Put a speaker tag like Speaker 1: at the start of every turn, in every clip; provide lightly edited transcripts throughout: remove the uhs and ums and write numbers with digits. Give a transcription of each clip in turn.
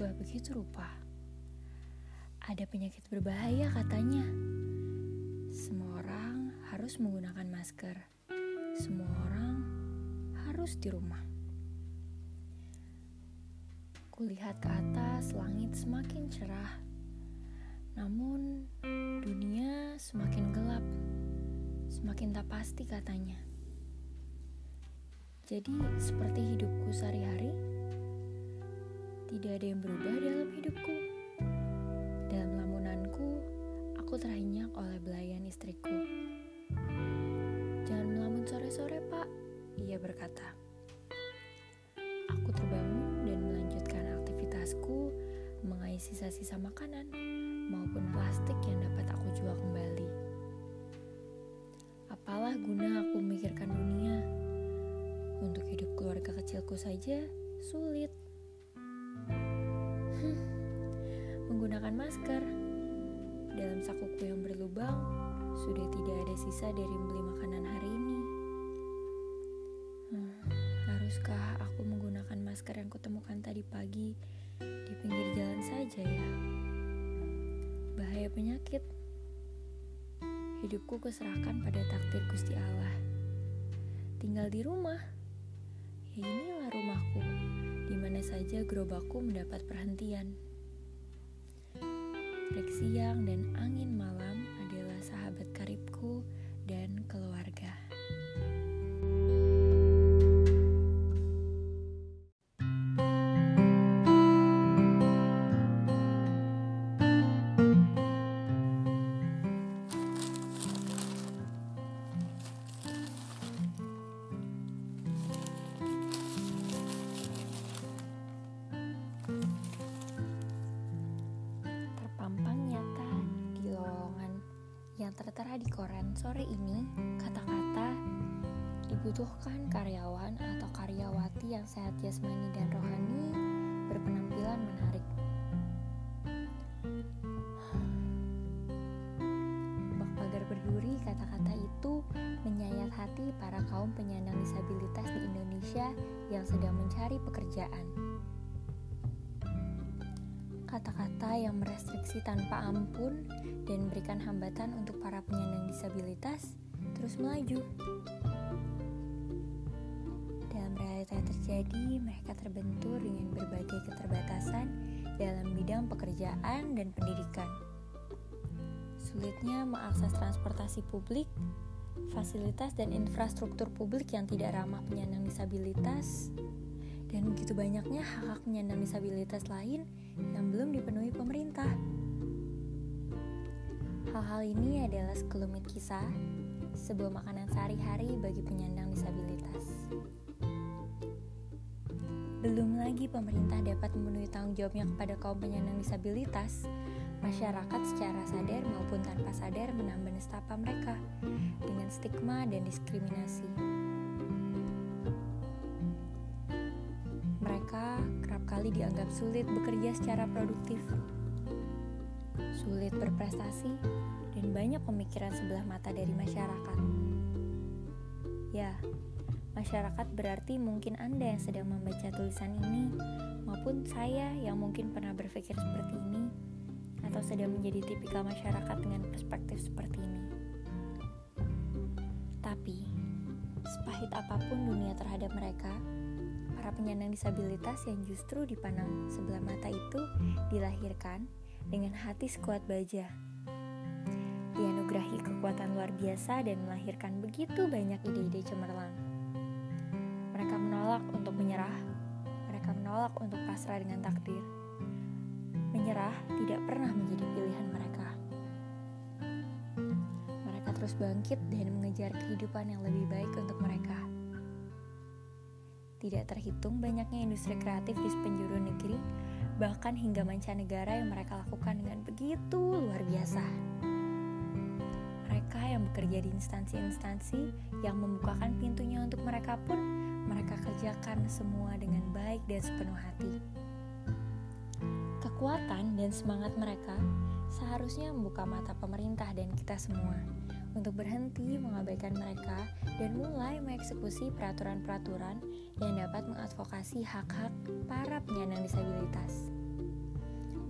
Speaker 1: berubah begitu rupa. Ada penyakit berbahaya katanya. Semua orang harus menggunakan masker. Semua orang harus di rumah. Kulihat ke atas, langit semakin cerah. Namun dunia semakin gelap. Semakin tak pasti katanya. Jadi seperti hidupku sehari-hari, tidak ada yang berubah dalam hidupku. Dalam lamunanku, aku terhenyak oleh belayan istriku. "Jangan melamun sore-sore, Pak," ia berkata. Aku terbangun dan melanjutkan aktivitasku, mengais sisa-sisa makanan maupun plastik yang dapat aku jual kembali. Apalah guna aku memikirkan dunia? Untuk hidup keluarga kecilku saja sulit. Menggunakan masker. Dalam sakuku yang berlubang, sudah tidak ada sisa dari membeli makanan hari ini. Haruskah aku menggunakan masker yang kutemukan tadi pagi di pinggir jalan saja ya? Bahaya penyakit. Hidupku kuserahkan pada takdir Gusti Allah. Tinggal di rumah. Ya inilah rumahku, di mana saja gerobakku mendapat perhentian. Terik siang dan angin malam adalah sahabat karibku dan keluarga. Yang tertera di koran sore ini, kata-kata dibutuhkan karyawan atau karyawati yang sehat jasmani dan rohani, berpenampilan menarik. Bak pagar berduri, kata-kata itu menyayat hati para kaum penyandang disabilitas di Indonesia yang sedang mencari pekerjaan. Kata-kata yang merestriksi tanpa ampun dan memberikan hambatan untuk para penyandang disabilitas terus melaju. Dalam realita yang terjadi, mereka terbentur dengan berbagai keterbatasan dalam bidang pekerjaan dan pendidikan. Sulitnya mengakses transportasi publik, fasilitas dan infrastruktur publik yang tidak ramah penyandang disabilitas, dan begitu banyaknya hak-hak penyandang disabilitas lain yang belum dipenuhi pemerintah. Hal-hal ini adalah sekelumit kisah, sebuah makanan sehari-hari bagi penyandang disabilitas. Belum lagi pemerintah dapat memenuhi tanggung jawabnya kepada kaum penyandang disabilitas, masyarakat secara sadar maupun tanpa sadar menambah nestapa mereka dengan stigma dan diskriminasi. Mereka kerap kali dianggap sulit bekerja secara produktif, sulit berprestasi, dan banyak pemikiran sebelah mata dari masyarakat. Ya, masyarakat berarti mungkin Anda yang sedang membaca tulisan ini, maupun saya yang mungkin pernah berpikir seperti ini, atau sedang menjadi tipikal masyarakat dengan perspektif seperti ini. Tapi, sepahit apapun dunia terhadap mereka, para penyandang disabilitas yang justru dipandang sebelah mata itu dilahirkan dengan hati sekuat baja. Dianugerahi kekuatan luar biasa dan melahirkan begitu banyak ide-ide cemerlang. Mereka menolak untuk menyerah, mereka menolak untuk pasrah dengan takdir. Menyerah tidak pernah menjadi pilihan mereka. Mereka terus bangkit dan mengejar kehidupan yang lebih baik untuk mereka. Tidak terhitung banyaknya industri kreatif di penjuru negeri, bahkan hingga mancanegara yang mereka lakukan dengan begitu luar biasa. Mereka yang bekerja di instansi-instansi yang membukakan pintunya untuk mereka pun, mereka kerjakan semua dengan baik dan sepenuh hati. Kekuatan dan semangat mereka seharusnya membuka mata pemerintah dan kita semua untuk berhenti mengabaikan mereka dan mulai mengeksekusi peraturan-peraturan yang dapat mengadvokasi hak-hak para penyandang disabilitas.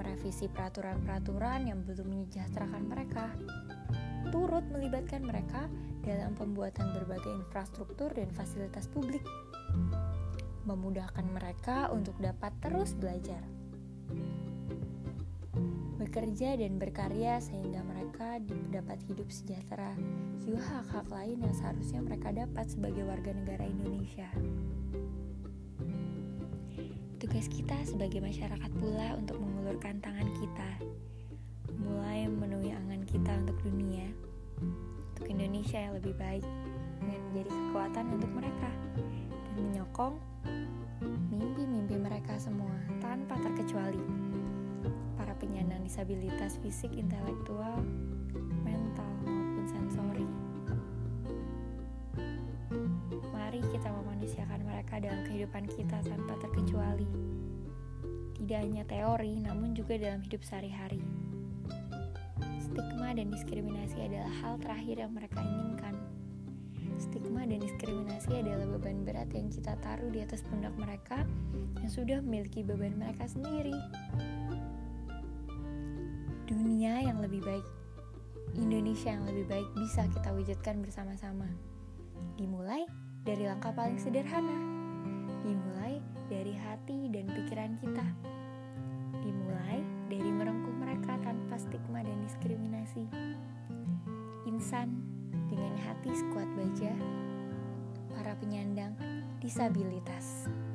Speaker 1: merevisi peraturan-peraturan yang belum menyejahterakan mereka, turut melibatkan mereka dalam pembuatan berbagai infrastruktur dan fasilitas publik, memudahkan mereka untuk dapat terus belajar, bekerja dan berkarya sehingga mereka dapat hidup sejahtera, juga hak-hak lain yang seharusnya mereka dapat sebagai warga negara Indonesia. Tugas kita sebagai masyarakat pula untuk mengulurkan tangan kita, mulai memenuhi angan kita untuk dunia, untuk Indonesia yang lebih baik, dengan menjadi kekuatan untuk mereka, dan menyokong mimpi-mimpi mereka semua tanpa terkecuali. Para penyandang disabilitas fisik, intelektual, mental, maupun sensori. Mari kita memanusiakan mereka dalam kehidupan kita tanpa terkecuali. Tidak hanya teori, namun juga dalam hidup sehari-hari. Stigma dan diskriminasi adalah hal terakhir yang mereka inginkan. Stigma dan diskriminasi adalah beban berat yang kita taruh di atas pundak mereka yang sudah memiliki beban mereka sendiri. Dunia yang lebih baik, Indonesia yang lebih baik bisa kita wujudkan bersama-sama. Dimulai dari langkah paling sederhana, dimulai dari hati dan pikiran kita, dimulai dari merengkuh mereka tanpa stigma dan diskriminasi. Insan dengan hati sekuat baja, para penyandang disabilitas.